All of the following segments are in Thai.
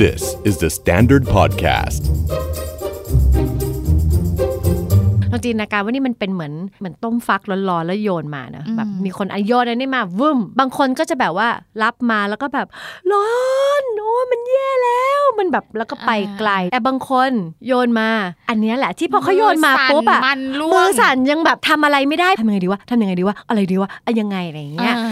This is the Standard Podcast ลองจินตนาการว่านี่มันเป็นเหมือนต้มฟักร้อนๆแล้วโยนมานะแบบมีคนโยนอันนี้มาวึ่มบางคนก็จะแบบว่ารับมาแล้วก็แบบร้อนโอ้มันแย่แล้วมันแบบแล้วก็ไปไกลแต่บางคนโยนมาอันนี้แหละที่พอเขาโยนมาปุ๊บอะมือสั่นยังแบบทำอะไรไม่ได้ทำยังไงดีวะอะไรดีวะยังไงอะไรอย่างเงี้ย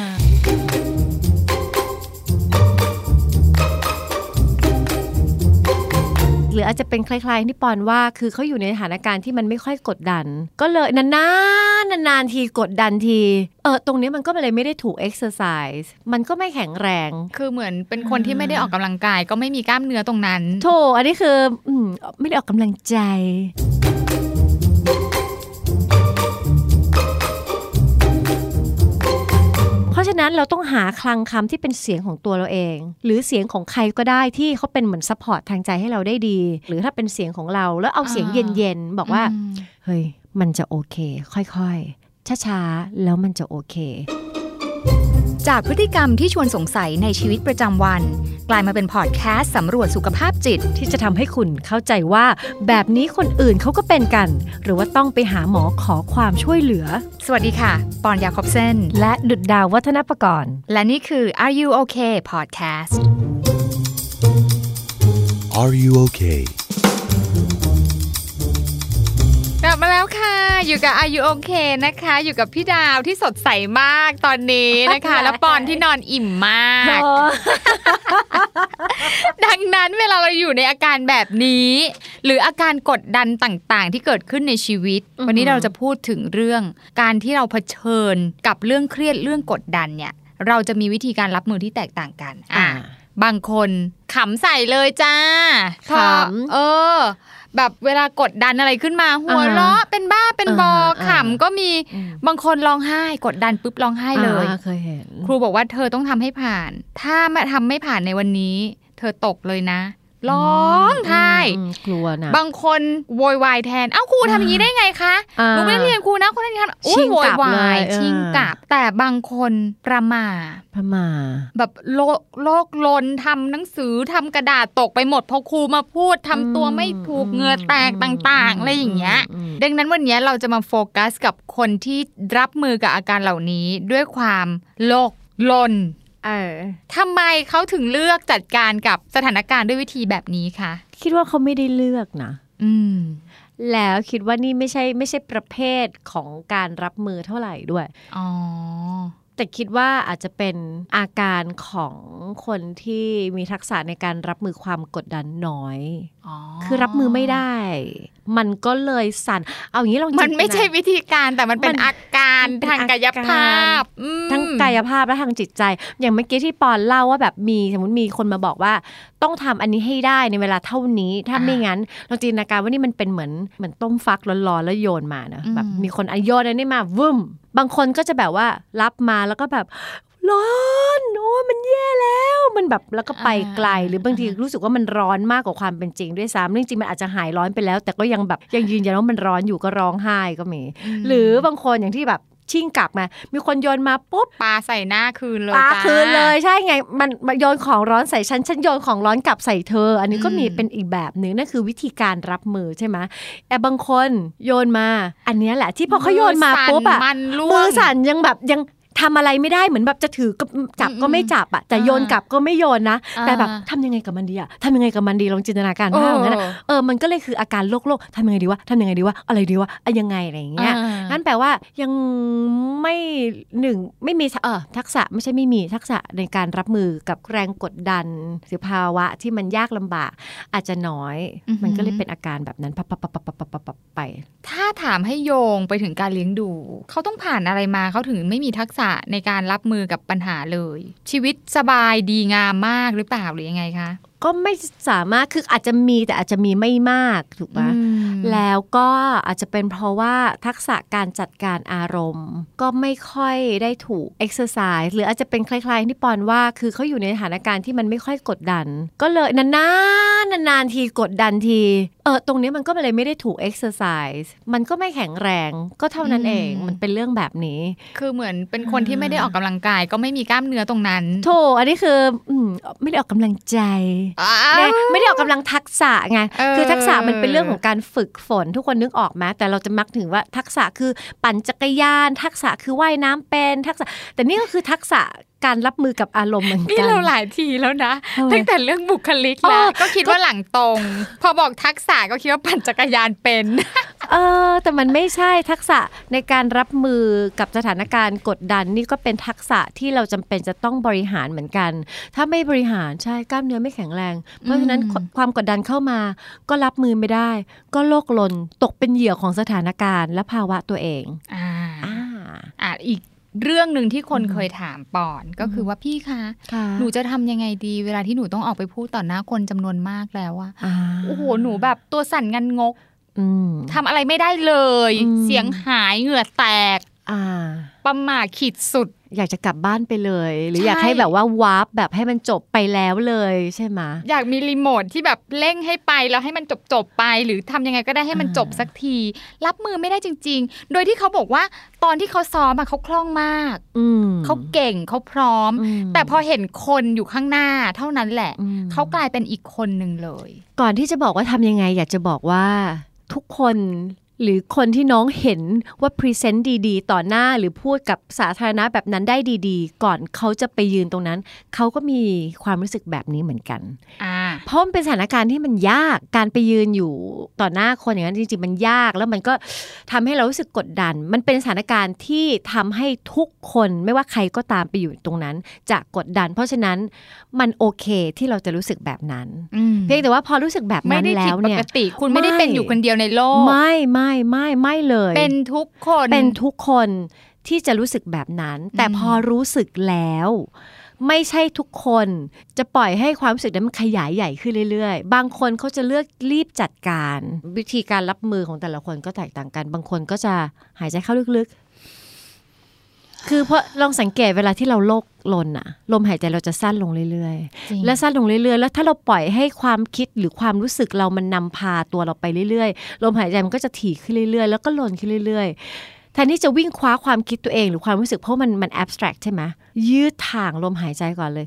หรืออาจจะเป็นคล้ายๆที่ปอนว่าคือเขาอยู่ในสถานการณ์ที่มันไม่ค่อยกดดันก็เลยนานๆทีกดดันทีตรงนี้มันก็เลยไม่ได้ถูกเอ็กซ์เซอร์ไซส์มันก็ไม่แข็งแรงคือเหมือนเป็นคนที่ไม่ได้ออกกำลังกายก็ไม่มีกล้ามเนื้อตรงนั้นโธ่อันนี้คือไม่ได้ออกกำลังใจเพราะฉะนั้นเราต้องหาคลังคำที่เป็นเสียงของตัวเราเองหรือเสียงของใครก็ได้ที่เขาเป็นเหมือนซัพพอร์ตทางใจให้เราได้ดีหรือถ้าเป็นเสียงของเราแล้วเอาเสียงเย็นๆบอกว่าเฮ้ยมันจะโอเคค่อยๆช้าๆแล้วมันจะโอเคจากพฤติกรรมที่ชวนสงสัยในชีวิตประจำวันกลายมาเป็นพอดแคสต์สำรวจสุขภาพจิตที่จะทำให้คุณเข้าใจว่าแบบนี้คนอื่นเขาก็เป็นกันหรือว่าต้องไปหาหมอขอความช่วยเหลือสวัสดีค่ะปอนยาคอบเซนและดุจดาววัฒนประกรณ์และนี่คือ Are You Okay Podcast Are You Okay กลับมาแล้วค่ะอยู่กับ Are You Okay นะคะอยู่กับพี่ดาวที่สดใสมากตอนนี้นะคะแล้วปอนที่นอนอิ่มมากดังนั้นเวลาเราอยู่ในอาการแบบนี้หรืออาการกดดันต่างๆที่เกิดขึ้นในชีวิตวันนี้เราจะพูดถึงเรื่องการที่เราเผชิญกับเรื่องเครียดเรื่องกดดันเนี่ยเราจะมีวิธีการรับมือที่แตกต่างกันบางคนขำใส่เลยจ้าขำแบบเวลากดดันอะไรขึ้นมาหัวเราะเป็นบ้าเป็นบอขำก็มีบางคนร้องไห้กดดันปุ๊บร้องไห้เลยเคยเห็นครูบอกว่าเธอต้องทำให้ผ่านถ้าไม่ทำไม่ผ่านในวันนี้เธอตกเลยนะร้องไห้กลัวนะบางคนโวยวายแทนเอ้าครูทำอย่างนี้ได้ไงคะหนูไม่ได้เรียนครูนะคนนี้ทำชิงโวยวายชิงกลับแต่บางคนประมาแบบโลกลนทำหนังสือทำกระดาษตกไปหมดพอครูมาพูดทำตัวไม่ถูกเหงื่อแตกต่างๆอะไรอย่างเงี้ยดังนั้นวันนี้เราจะมาโฟกัสกับคนที่รับมือกับอาการเหล่านี้ด้วยความโลกลนทำไมเขาถึงเลือกจัดการกับสถานการณ์ด้วยวิธีแบบนี้คะคิดว่าเขาไม่ได้เลือกนะแล้วคิดว่านี่ไม่ใช่ประเภทของการรับมือเท่าไหร่ด้วยแต่คิดว่าอาจจะเป็นอาการของคนที่มีทักษะในการรับมือความกดดันน้อยคือรับมือไม่ได้มันก็เลยสั่นเอาอย่างนี้ลองมันไม่ใช่วิธีการแต่มันเป็นอาการทางกายภาพทั้งกายภาพและทางจิตใจอย่างเมื่อกี้ที่ปอนเล่าว่าแบบสมมติมีคนมาบอกว่าต้องทำอันนี้ให้ได้ในเวลาเท่านี้ถ้าไม่งั้นลองจินตนาการว่านี่มันเป็นเหมือนต้มฟักร้อนๆแล้วโยนมานะแบบมีคนโยนอันนี้มาวึ่มบางคนก็จะแบบว่ารับมาแล้วก็แบบร้อนโอ้มันแย่แล้วมันแบบแล้วก็ไปไกลหรือบางทีรู้สึกว่ามันร้อนมากกว่าความเป็นจริงด้วยซ้ำจริงๆมันอาจจะหายร้อนไปแล้วแต่ก็ยังแบบยังยืนยันว่ามันร้อนอยู่ก็ร้องไห้ก็มีหรือบางคนอย่างที่แบบชิ่งกลับมามีคนโยนมาปุ๊บปาใส่หน้าคืนเลยปาคืนเลยใช่ไงมันโยนของร้อนใส่ฉันโยนของร้อนกลับใส่เธออันนี้ก็มีเป็นอีกแบบนึงนั่นคือวิธีการรับมือใช่ไหมแต่บางคนโยนมาอันนี้แหละที่พอเขาโยนมาปุ๊บอะมือสั่นยังแบบยังทำอะไรไม่ได้เหมือนแบบจะถือก็จับก็ไม่จับอ่ะแต่โยนกลับก็ไม่โยนนะแต่แบบทำยังไงกับมันดีอ่ะทำยังไงกับมันดีลองจินตนาการภาพอย่างนั้นมันก็เลยคืออาการโลกทำยังไงดีวะอะไรดีวะยังไงอะไรอย่างเงี้ยงั้นแปลว่ายังไม่มีทักษะไม่ใช่ไม่มีทักษะในการรับมือกับแรงกดดันหรือภาวะที่มันยากลำบากอาจจะน้อยมันก็เลยเป็นอาการแบบนั้นไปถ้าถามให้โยงไปถึงการเลี้ยงดูเขาต้องผ่านอะไรมาเขาถึงไม่มีทักษะในการรับมือกับปัญหาเลยชีวิตสบายดีงามมากหรือเปล่าหรือยังไงคะก็ไม่สามารถคืออาจจะมีแต่อาจจะมีไม่มากถูกไหมแล้วก็อาจจะเป็นเพราะว่าทักษะการจัดการอารมณ์ก็ไม่ค่อยได้ถูกเอ็กซ์เซอร์ไซส์หรืออาจจะเป็นคล้ายๆที่ปอนว่าคือเขาอยู่ในสถานการณ์ที่มันไม่ค่อยกดดันก็เลยนานๆทีกดดันทีตรงนี้มันก็เลยไม่ได้ถูกเอ็กซ์เซอร์ไซส์มันก็ไม่แข็งแรงก็เท่านั้นเองมันเป็นเรื่องแบบนี้คือเหมือนเป็นคนที่ไม่ได้ออกกำลังกายก็ไม่มีกล้ามเนื้อตรงนั้นโธ่อันนี้คือไม่ได้ออกกำลังใจไม่ได้ออกกำลังทักษะไงคือทักษะมันเป็นเรื่องของการฝึกฝนทุกคนนึกออกไหมแต่เราจะมักถึงว่าทักษะคือปั่นจักรยานทักษะคือว่ายน้ำเป็นทักษะแต่นี่ก็คือทักษะการรับมือกับอารมณ์เหมือนกันนี่เราหลายทีแล้วนะตั้งแต่เรื่องบุคลิกแล้วก็คิดว่าหลังตรงพอบอกทักษะก็คิดว่าปั่นจักรยานเป็นแต่มันไม่ใช่ทักษะในการรับมือกับสถานการณ์กดดันนี่ก็เป็นทักษะที่เราจำเป็นจะต้องบริหารเหมือนกันถ้าไม่บริหารใช่กล้ามเนื้อไม่แข็งแรงเพราะฉะนั้นความกดดันเข้ามาก็รับมือไม่ได้ก็โลกลนตกเป็นเหยื่อของสถานการณ์และภาวะตัวเองอีกเรื่องนึงที่คนเคยถามปอนก็คือว่าพี่คะหนูจะทำยังไงดีเวลาที่หนูต้องออกไปพูดต่อหน้าคนจำนวนมากแล้วอะโอ้โหหนูแบบตัวสั่นงันงกทำอะไรไม่ได้เลยเสียงหายเหงื่อแตกประหม่าขีดสุดอยากจะกลับบ้านไปเลยหรืออยากให้แบบว่าวาร์ปแบบให้มันจบไปแล้วเลยใช่ไหมอยากมีรีโมทที่แบบเร่งให้ไปแล้วให้มันจบไปหรือทำยังไงก็ได้ให้มันจบสักทีรับมือไม่ได้จริงๆโดยที่เขาบอกว่าตอนที่เขาซ้อมเขาคล่องมากเขาเก่งเขาพร้อมแต่พอเห็นคนอยู่ข้างหน้าเท่านั้นแหละเขากลายเป็นอีกคนนึงเลยก่อนที่จะบอกว่าทำยังไงอยากจะบอกว่าทุกคนหรือคนที่น้องเห็นว่าพรีเซนต์ดีๆต่อหน้าหรือพูดกับสาธารณะแบบนั้นได้ดีๆก่อนเขาจะไปยืนตรงนั้นเขาก็มีความรู้สึกแบบนี้เหมือนกันเพราะมันเป็นสถานการณ์ที่มันยากการไปยืนอยู่ต่อหน้าคนอย่างนั้นจริงๆมันยากแล้วมันก็ทำให้เรารู้สึกกดดันมันเป็นสถานการณ์ที่ทำให้ทุกคนไม่ว่าใครก็ตามไปอยู่ตรงนั้นจะกดดันเพราะฉะนั้นมันโอเคที่เราจะรู้สึกแบบนั้นเพียงแต่ว่าพอรู้สึกแบบนั้นแล้วเนี่ยปกติคุณไม่ได้เป็นอยู่คนเดียวในโลกไม่เลยเป็นทุกคนที่จะรู้สึกแบบนั้นแต่พอรู้สึกแล้วไม่ใช่ทุกคนจะปล่อยให้ความรู้สึกนั้นมันขยายใหญ่ขึ้นเรื่อยๆบางคนเขาจะเลือกรีบจัดการวิธีการรับมือของแต่ละคนก็แตกต่างกันบางคนก็จะหายใจเข้าลึกๆคือเพราะลองสังเกตเวลาที่เราโลกลนอะลมหายใจเราจะสั้นลงเรื่อยๆและสั้นลงเรื่อยๆแล้วถ้าเราปล่อยให้ความคิดหรือความรู้สึกเรามันนำพาตัวเราไปเรื่อยๆลมหายใจมันก็จะถี่ขึ้นเรื่อยๆแล้วก็ลนขึ้นเรื่อยๆแทนที่จะวิ่งคว้าความคิดตัวเองหรือความรู้สึกเพราะมันแอบสแตรกใช่ไหมยืดทางลมหายใจก่อนเลย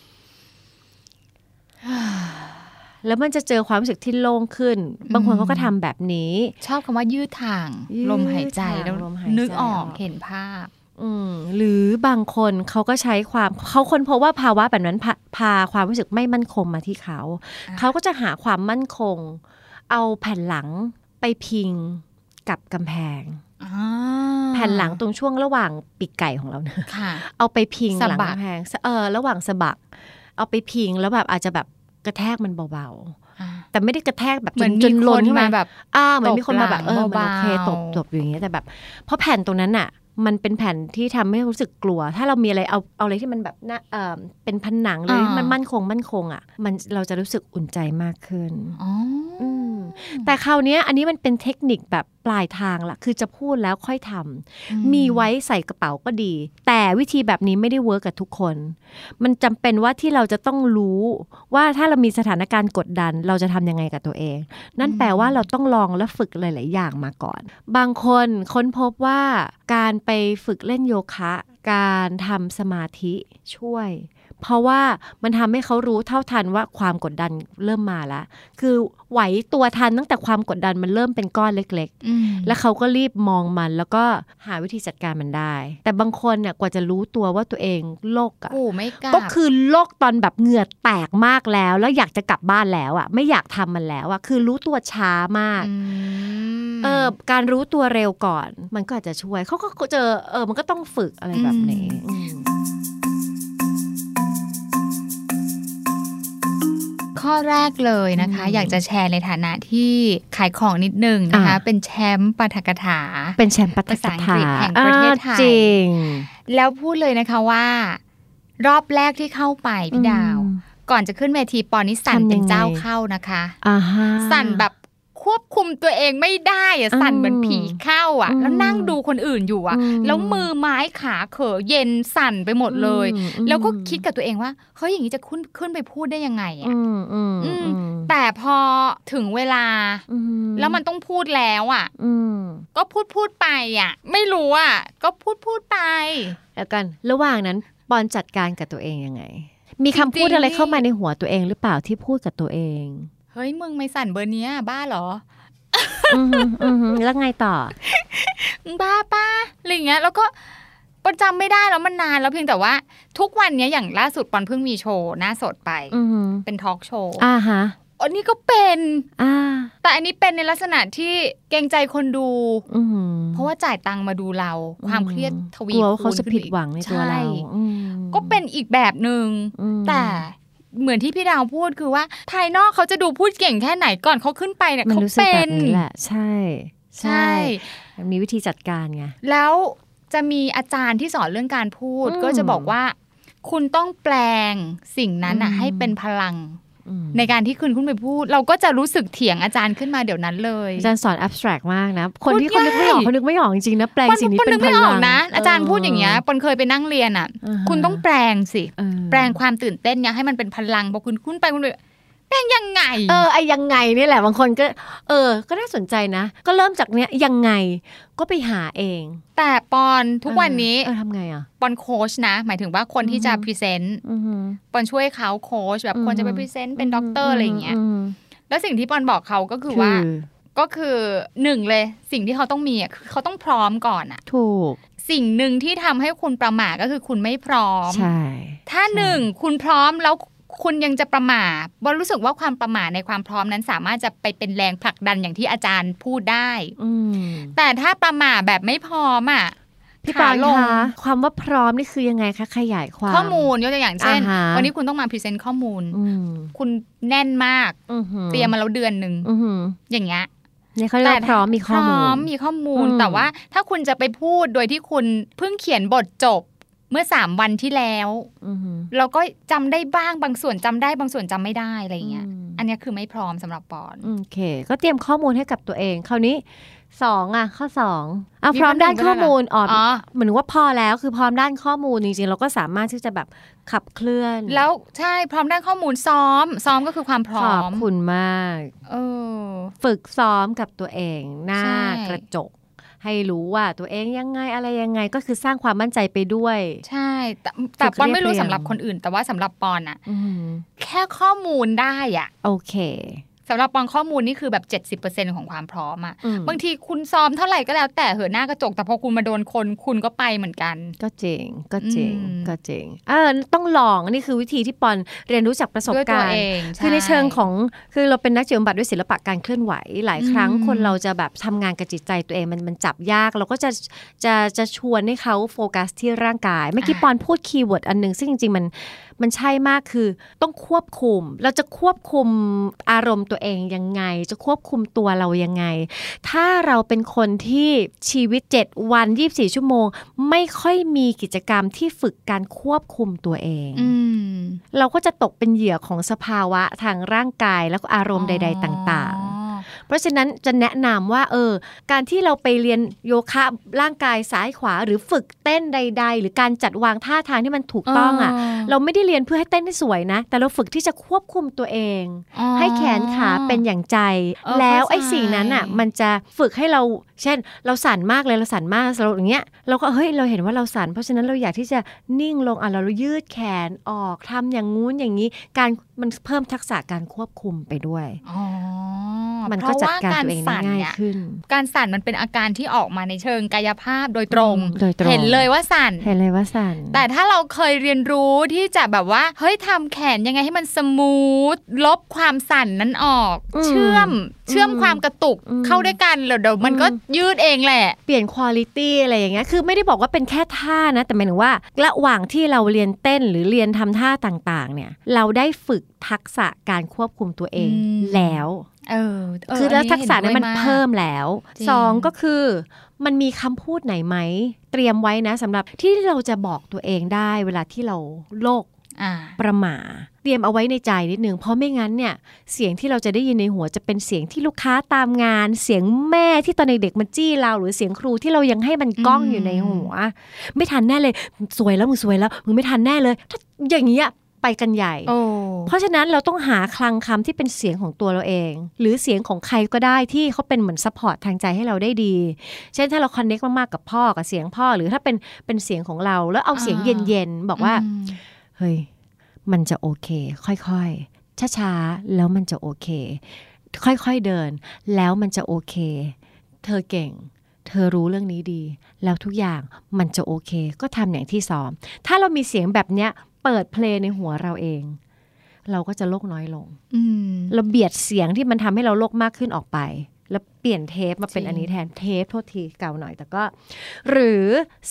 แล้วมันจะเจอความรู้สึกที่โล่งขึ้นบางคนเขาก็ทำแบบนี้ชอบคำว่ายืดทางลมหายใจแล้วนึกออกเห็นภาพหรือบางคนเขาก็ใช้เขาค้นพบว่าภาวะแบบนั้นพาความรู้สึกไม่มั่นคงมาที่เขาก็จะหาความมั่นคงเอาแผ่นหลังไปพิงกับกำแพงแผ่นหลังตรงช่วงระหว่างปีกไก่ของเราเนี่ยเอาไปพิงหลังกำแพงระหว่างสะบักเอาไปพิงแล้วแบบอาจจะแบบกระแทกมันเบาๆแต่ไม่ได้กระแทกแบบจนล้นขึ้นมาแบบเหมือนมีคนมาแบบมันโอเคตบอยู่อย่างเงี้ยแต่แบบเพราะแผ่นตรงนั้นอะมันเป็นแผ่นที่ทำให้รู้สึกกลัวถ้าเรามีอะไรเอาอะไรที่มันแบบเป็นผนังเลยมันมั่นคงอ่ะเราจะรู้สึกอุ่นใจมากขึ้นแต่คราวนี้อันนี้มันเป็นเทคนิคแบบปลายทางละคือจะพูดแล้วค่อยทำมีไว้ใส่กระเป๋าก็ดีแต่วิธีแบบนี้ไม่ได้เวิร์กกับทุกคนมันจำเป็นว่าที่เราจะต้องรู้ว่าถ้าเรามีสถานการณ์กดดันเราจะทำยังไงกับตัวเองนั่นแปลว่าเราต้องลองและฝึกหลายๆอย่างมาก่อนบางคนค้นพบว่าการไปฝึกเล่นโยคะการทำสมาธิช่วยเพราะว่ามันทำให้เขารู้เท่าทันว่าความกดดันเริ่มมาแล้วคือไหวตัวทันตั้งแต่ความกดดันมันเริ่มเป็นก้อนเล็กๆแล้วเขาก็รีบมองมันแล้วก็หาวิธีจัดการมันได้แต่บางคนเนี่ยกว่าจะรู้ตัวว่าตัวเองโลกอ่ะก็คือโลกตอนแบบเหงื่อแตกมากแล้วอยากจะกลับบ้านแล้วอ่ะไม่อยากทำมันแล้วอ่ะคือรู้ตัวช้ามากการรู้ตัวเร็วก่อนมันก็อาจจะช่วยเขาก็เจอมันก็ต้องฝึกอะไรแบบนี้ข้อแรกเลยนะคะอยากจะแชร์ในฐานะที่ขายของนิดนึงนะคะเป็นแชมป์ปาฐกถาเป็นแชมป์ปาฐกถาแห่งประเทศไทยจริงแล้วพูดเลยนะคะว่ารอบแรกที่เข้าไปพี่ดาวก่อนจะขึ้นเวทีปอนิสั่นเป็นเจ้าเข้านะคะสั่นแบบควบคุมตัวเองไม่ได้อะสั่นเหมือนผีเข้าอ่ะแล้วนั่งดูคนอื่นอยู่อ่ะแล้วมือไม้ขาเขอเย็นสั่นไปหมดเลยแล้วก็คิดกับตัวเองว่าเฮ้ยอย่างนี้จะขึ้นไปพูดได้ยังไงอ่ะแต่พอถึงเวลาแล้วมันต้องพูดแล้วอ่ะก็พูดไปอ่ะไม่รู้อ่ะก็พูดไปแล้วกันระหว่างนั้นปอนจัดการกับตัวเองยังไงมีคำพูดอะไรเข้ามาในหัวตัวเองหรือเปล่าที่พูดกับตัวเองเฮ้ยมึงไม่สั่นเบอร์เนี้ยบ้าเหรอแล้วไงต่อบ้าป้าอะไรอย่างเงี้ยแล้วก็ปอนจำไม่ได้แล้วมันนานแล้วเพียงแต่ว่าทุกวันนี้อย่างล่าสุดปอนเพิ่งมีโชว์หน้าสดไปเป็นทอล์กโชว์ฮะอันนี้ก็เป็นแต่อันนี้เป็นในลักษณะที่เกรงใจคนดูเพราะว่าจ่ายตังค์มาดูเราความเครียดทวีคูณกลัวเขาจะผิดหวังในตัวเราก็เป็นอีกแบบนึงแต่เหมือนที่พี่ดาวพูดคือว่าภายนอกเขาจะดูพูดเก่งแค่ไหนก่อนเขาขึ้นไปเนี่ยเขาเป็นแหละใช่มีวิธีจัดการไงแล้วจะมีอาจารย์ที่สอนเรื่องการพูดก็จะบอกว่าคุณต้องแปลงสิ่งนั้นให้เป็นพลังในการที่คุณไปพูดเราก็จะรู้สึกเถียงอาจารย์ขึ้นมาเดี๋ยวนั้นเลยอาจารย์สอน abstract มากนะคนที่คนนึกไม่ออกเขานึกไม่ออกจริงๆนะแปลงสิ่งนี้เป็นพลังนะอาจารย์พูดอย่างเงี้ยปนเคยไปนั่งเรียนอ่ะคุณต้องแปลงสิแปลงความตื่นเต้นเนี่ยให้มันเป็นพลังพอคุณขึ้นไปคุณแปลงยังไงไอ้ยังไงนี่แหละบางคนก็ก็น่าสนใจนะก็เริ่มจากเนี้ยยังไงก็ไปหาเองแต่ปอนทุกวันนี้ทำไงอ่ะปอนโค้ชนะหมายถึงว่าคนที่จะพรีเซนต์ปอนช่วยเขาโค้ชแบบคนจะไปพรีเซนต์เป็นด็อกเตอร์อะไรอย่างเงี้ยแล้วสิ่งที่ปอนบอกเขาก็คือว่าก็คือหนึ่งเลยสิ่งที่เขาต้องมีอ่ะคือเขาต้องพร้อมก่อนอ่ะถูกสิ่งหนึ่งที่ทำให้คุณประมาทก็คือคุณไม่พร้อมใช่ถ้าหนึ่งคุณพร้อมแล้วคุณยังจะประมาทบอลรู้สึกว่าความประมาทในความพร้อมนั้นสามารถจะไปเป็นแรงผลักดันอย่างที่อาจารย์พูดได้แต่ถ้าประมาทแบบไม่พร้อมอ่ะพี่ปานคะความว่าพร้อมนี่คือยังไงคะขยายความข้อมูลยกตัวอย่างเช่นวันนี้คุณต้องมาพรีเซนต์ข้อมูลคุณแน่นมากเตรียมมาแล้วเดือนนึงอย่างเงี้ยเนี่ยเขาเรียกว่าพร้อมมีข้อมูลแต่ว่าถ้าคุณจะไปพูดโดยที่คุณเพิ่งเขียนบทจบเมื่อ3วันที่แล้วเราก็จำได้บ้างบางส่วนจำได้บางส่วนจำไม่ได้อะไรเงี้ยอันนี้คือไม่พร้อมสำหรับปอนโอเคก็เตรียมข้อมูลให้กับตัวเองคราวนี้2ข้อ2พร้อมด้านข้อมูลเหมือนว่าพอแล้วคือพร้อมด้านข้อมูลจริงๆเราก็สามารถที่จะแบบขับเคลื่อนแล้วใช่พร้อมด้านข้อมูลซ้อมก็คือความพร้อมขอบคุณมากฝึกซ้อมกับตัวเองหน้ากระจกให้รู้ว่าตัวเองยังไงอะไรยังไงก็คือสร้างความมั่นใจไปด้วยใช่แต่ปอนไม่รู้สำหรับคนอื่นแต่ว่าสำหรับปอนอะแค่ข้อมูลได้อะโอเคสำหรับปอนข้อมูลนี่คือแบบ 70% ของความพร้อมอะบางทีคุณซ้อมเท่าไหร่ก็แล้วแต่เหอะหน้ากระจกแต่พอคุณมาโดนคนคุณก็ไปเหมือนกันก็เจ๋งต้องลองนี่คือวิธีที่ปอนเรียนรู้จากประสบการณ์คือในเชิงของคือเราเป็นนักจิตบำบัดด้วยศิลปะการเคลื่อนไหวหลายครั้งคนเราจะแบบทำงานกับจิตใจตัวเองมันจับยากเราก็จะชวนให้เขาโฟกัสที่ร่างกายเมื่อกี้ปอนพูดคีย์เวิร์ดอันนึงซึ่งจริงๆมันใช่มากคือต้องควบคุมเราจะควบคุมอารมณ์ตัวเองยังไงจะควบคุมตัวเรายังไงถ้าเราเป็นคนที่ชีวิต7วัน24ชั่วโมงไม่ค่อยมีกิจกรรมที่ฝึกการควบคุมตัวเองเราก็จะตกเป็นเหยื่อของสภาวะทางร่างกายและอารมณ์ใดๆต่างๆเพราะฉะนั้นจะแนะนำว่าการที่เราไปเรียนโยคะร่างกายซ้ายขวาหรือฝึกเต้นใดๆหรือการจัดวางท่าทางที่มันถูกต้องเราไม่ได้เรียนเพื่อให้เต้นให้สวยนะแต่เราฝึกที่จะควบคุมตัวเองให้แขนขาเป็นอย่างใจแล้วไอ้สิ่งนั้นมันจะฝึกให้เราเช่นเราสั่นมากเลยเราสั่นมากเราอย่างเงี้ยเราก็เราเห็นว่าเราสั่นเพราะฉะนั้นเราอยากที่จะนิ่งลงเรายืดแขนออกทำอย่างงู้นอย่างนี้การมันเพิ่มทักษะการควบคุมไปด้วยมันก็จัดการตัวเองได้ง่ายขึ้นการสั่นมันเป็นอาการที่ออกมาในเชิงกายภาพโดยตรงเห็นเลยว่าสั่นแต่ถ้าเราเคยเรียนรู้ที่จะแบบว่าเฮ้ยทำแขนยังไงให้มันสมูทลบความสั่นนั้นออกเชื่อมความกระตุกเข้าด้วยกันเดี๋ยวมันก็ยืดเองแหละเปลี่ยนควอลิตี้อะไรอย่างเงี้ยคือไม่ได้บอกว่าเป็นแค่ท่านะแต่หมายถึงว่าระหว่างที่เราเรียนเต้นหรือเรียนทำท่าต่างๆเนี่ยเราได้ฝึกทักษะการควบคุมตัวเองแล้วคือแล้วทักษะนั้นมันเพิ่มแล้ว2ก็คือมันมีคำพูดไหนไหมเตรียมไว้นะสำหรับที่เราจะบอกตัวเองได้เวลาที่เราโลกประหม่าเตรียมเอาไว้ในใจนิดนึงเพราะไม่งั้นเนี่ยเสียงที่เราจะได้ยินในหัวจะเป็นเสียงที่ลูกค้าตามงานเสียงแม่ที่ตอนเด็กๆมาจี้เราหรือเสียงครูที่เรายังให้มันก้องอยู่ในหัวไม่ทันแน่เลยสวยแล้วมึงไม่ทันแน่เลยถ้าอย่างนี้ไปกันใหญ่เพราะฉะนั้นเราต้องหาคลังคำที่เป็นเสียงของตัวเราเองหรือเสียงของใครก็ได้ที่เขาเป็นเหมือนซัพพอร์ตทางใจให้เราได้ดีเช่นถ้าเราคอนเนคมากๆกับพ่อกับเสียงพ่อหรือถ้าเป็นเสียงของเราแล้วเอาเสียงเย็นๆบอกว่าเฮ้ยมันจะโอเคค่อยๆช้าๆแล้วมันจะโอเคค่อยๆเดินแล้วมันจะโอเคเธอเก่งเธอรู้เรื่องนี้ดีแล้วทุกอย่างมันจะโอเคก็ทำอย่างที่ซ้อมถ้าเรามีเสียงแบบเนี้ยเปิดเพลงในหัวเราเองเราก็จะโลกน้อยลงเราเบียดเสียงที่มันทำให้เราโลกมากขึ้นออกไปแล้วเปลี่ยนเทปมาเป็นอันนี้แทนเทปโทษทีเก่าหน่อยแต่ก็หรือ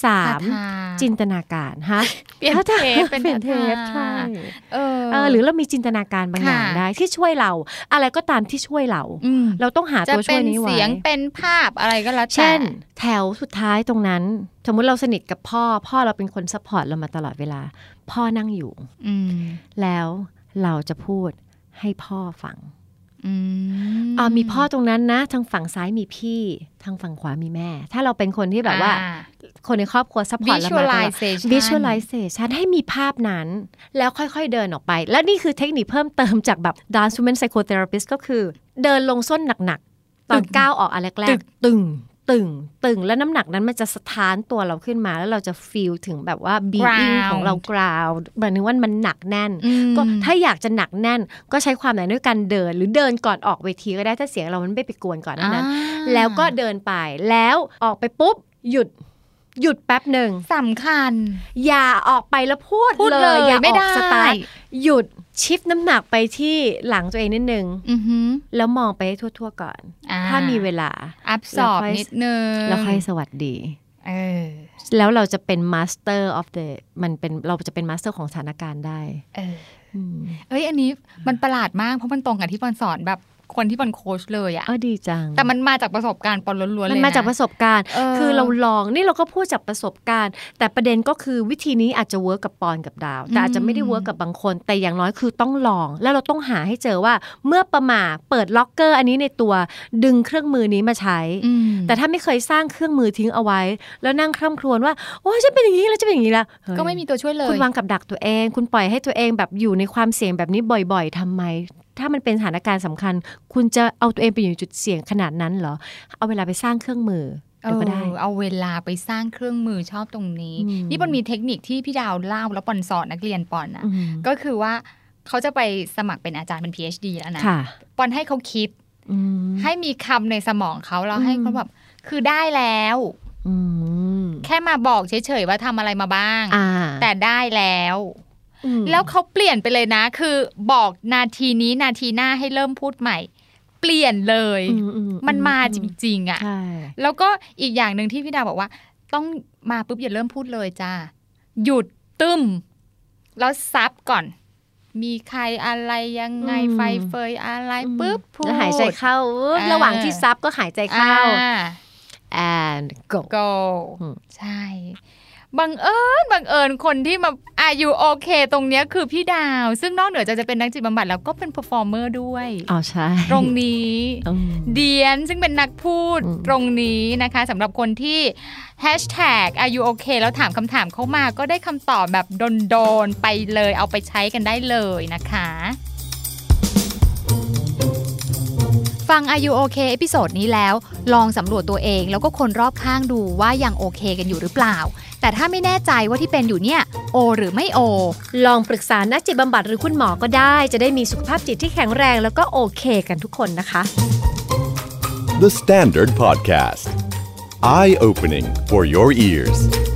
3จินตนาการฮะเปลี่ยนเทปเป็นเทปใช่หรือเรามีจินตนาการบางอย่างได้ที่ช่วยเราอะไรก็ตามที่ช่วยเราต้องหาตัวช่วยนี้ไว้จะเป็นเสียงเป็นภาพอะไรก็แล้วแต่เช่นแถวสุดท้ายตรงนั้นสมมุติเราสนิทกับพ่อเราเป็นคนซัพพอร์ตเรามาตลอดเวลาพ่อนั่งอยู่แล้วเราจะพูดให้พ่อฟังมีพ่อตรงนั้นนะทางฝั่งซ้ายมีพี่ทางฝั่งขวามีแม่ถ้าเราเป็นคนที่แบบว่าคนในครอบครัวซัพพอร์ตเรามา visualization ให้มีภาพนั้นแล้วค่อยๆเดินออกไปและนี่คือเทคนิคเพิ่มเติมจากแบบ dance women psychotherapist ก็คือเดินลงส้นหนักๆตอนก้าวออกอันแรกๆตึงแล้วน้ำหนักนั้นมันจะสะท้านตัวเราขึ้นมาแล้วเราจะฟีลถึงแบบว่า being ของเรา ground หมายถึงว่ามันหนักแน่นก็ถ้าอยากจะหนักแน่นก็ใช้ความหนักด้วยการเดินหรือเดินก่อนออกเวทีก็ได้ถ้าเสียงเรามันไม่ไปกวนก่อนนั้นแล้วก็เดินไปแล้วออกไปปุ๊บหยุดแป๊บหนึ่งสำคัญอย่าออกไปแล้วพูดเลยอย่าออกสไตล์หยุดชิฟน้ำหนักไปที่หลังตัวเองนิดนึงแล้วมองไปให้ทั่วๆก่อนถ้ามีเวลาอัพสอบนิดนึงแล้วค่อยสวัสดีแล้วเราจะเป็น master of the เราจะเป็น master ของสถานการณ์ได้อันนี้มันประหลาดมากเพราะมันตรงกับที่ปอนสอนแบบคนที่เป็นโค้ชเลยอ่ะดีจังแต่มันมาจากประสบการณ์ปอนล้วนๆเลยนะมันมาจากประสบการณ์คือเราลองนี่เราก็พูดจากประสบการณ์แต่ประเด็นก็คือวิธีนี้อาจจะเวิร์กกับปอนกับดาวแต่อาจจะไม่ได้เวิร์กกับบางคนแต่อย่างน้อยคือต้องลองแล้วเราต้องหาให้เจอว่าเมื่อประมาเปิดล็อกเกอร์อันนี้ในตัวดึงเครื่องมือนี้มาใช้แต่ถ้าไม่เคยสร้างเครื่องมือทิ้งเอาไว้แล้วนั่งคร่ำครวญว่าโอ้ยฉันเป็นอย่างนี้แล้วจะเป็นอย่างนี้ละก็ไม่มีตัวช่วยเลยคุณวางกับดักตัวเองคุณปล่อยให้ตัวเองแบบอยู่ในความเสี่ยงแบบนี้บ่อยๆทำไมถ้ามันเป็นสถานการณ์สำคัญคุณจะเอาตัวเองไปอยู่จุดเสี่ยงขนาดนั้นเหรอเอาเวลาไปสร้างเครื่องมือก็ได้เอาเวลาไปสร้างเครื่องมือชอบตรงนี้นี่ปอนมีเทคนิคที่พี่ดาวเล่าแล้วปอนสอนนักเรียนปอนนะก็คือว่าเขาจะไปสมัครเป็นอาจารย์เป็น PhD แล้วนะปอนให้เขาคิดให้มีคำในสมองเขาแล้วให้เขาแบบคือได้แล้วแค่มาบอกเฉยๆว่าทำอะไรมาบ้างแต่ได้แล้วเขาเปลี่ยนไปเลยนะคือบอกนาทีนี้นาทีหน้าให้เริ่มพูดใหม่เปลี่ยนเลยมันมาจริงๆอ่ะแล้วก็อีกอย่างนึงที่พี่ดาวบอกว่าต้องมาปุ๊บอย่าเริ่มพูดเลยจ้าหยุดตึ้มแล้วซับก่อนมีใครอะไรยังไงไฟเฟยอะไรปุ๊บพูดหายใจเข้าระหว่างที่ซับก็หายใจเข้า and go ใช่บังเอิญคนที่มาอยู่โอเคตรงเนี้ยคือพี่ดาวซึ่งนอกเหนือจะเป็นนักจิตบำบัดแล้วก็เป็นเพอร์ฟอร์เมอร์ด้วยใช่ตรงนี้เดียนซึ่งเป็นนักพูดตรงนี้นะคะสำหรับคนที่ #areyook แล้วถามคำถามเข้ามาก็ได้คำตอบแบบโดนๆไปเลยเอาไปใช้กันได้เลยนะคะฟัง Are You OK เอพิโซดนี้แล้วลองสำรวจตัวเองแล้วก็คนรอบข้างดูว่ายังโอเคกันอยู่หรือเปล่าแต่ถ้าไม่แน่ใจว่าที่เป็นอยู่เนี่ยโอหรือไม่โอลองปรึกษานักจิตบำบัดหรือคุณหมอก็ได้จะได้มีสุขภาพจิตที่แข็งแรงแล้วก็โอเคกันทุกคนนะคะ The Standard Podcast Eye Opening for Your Ears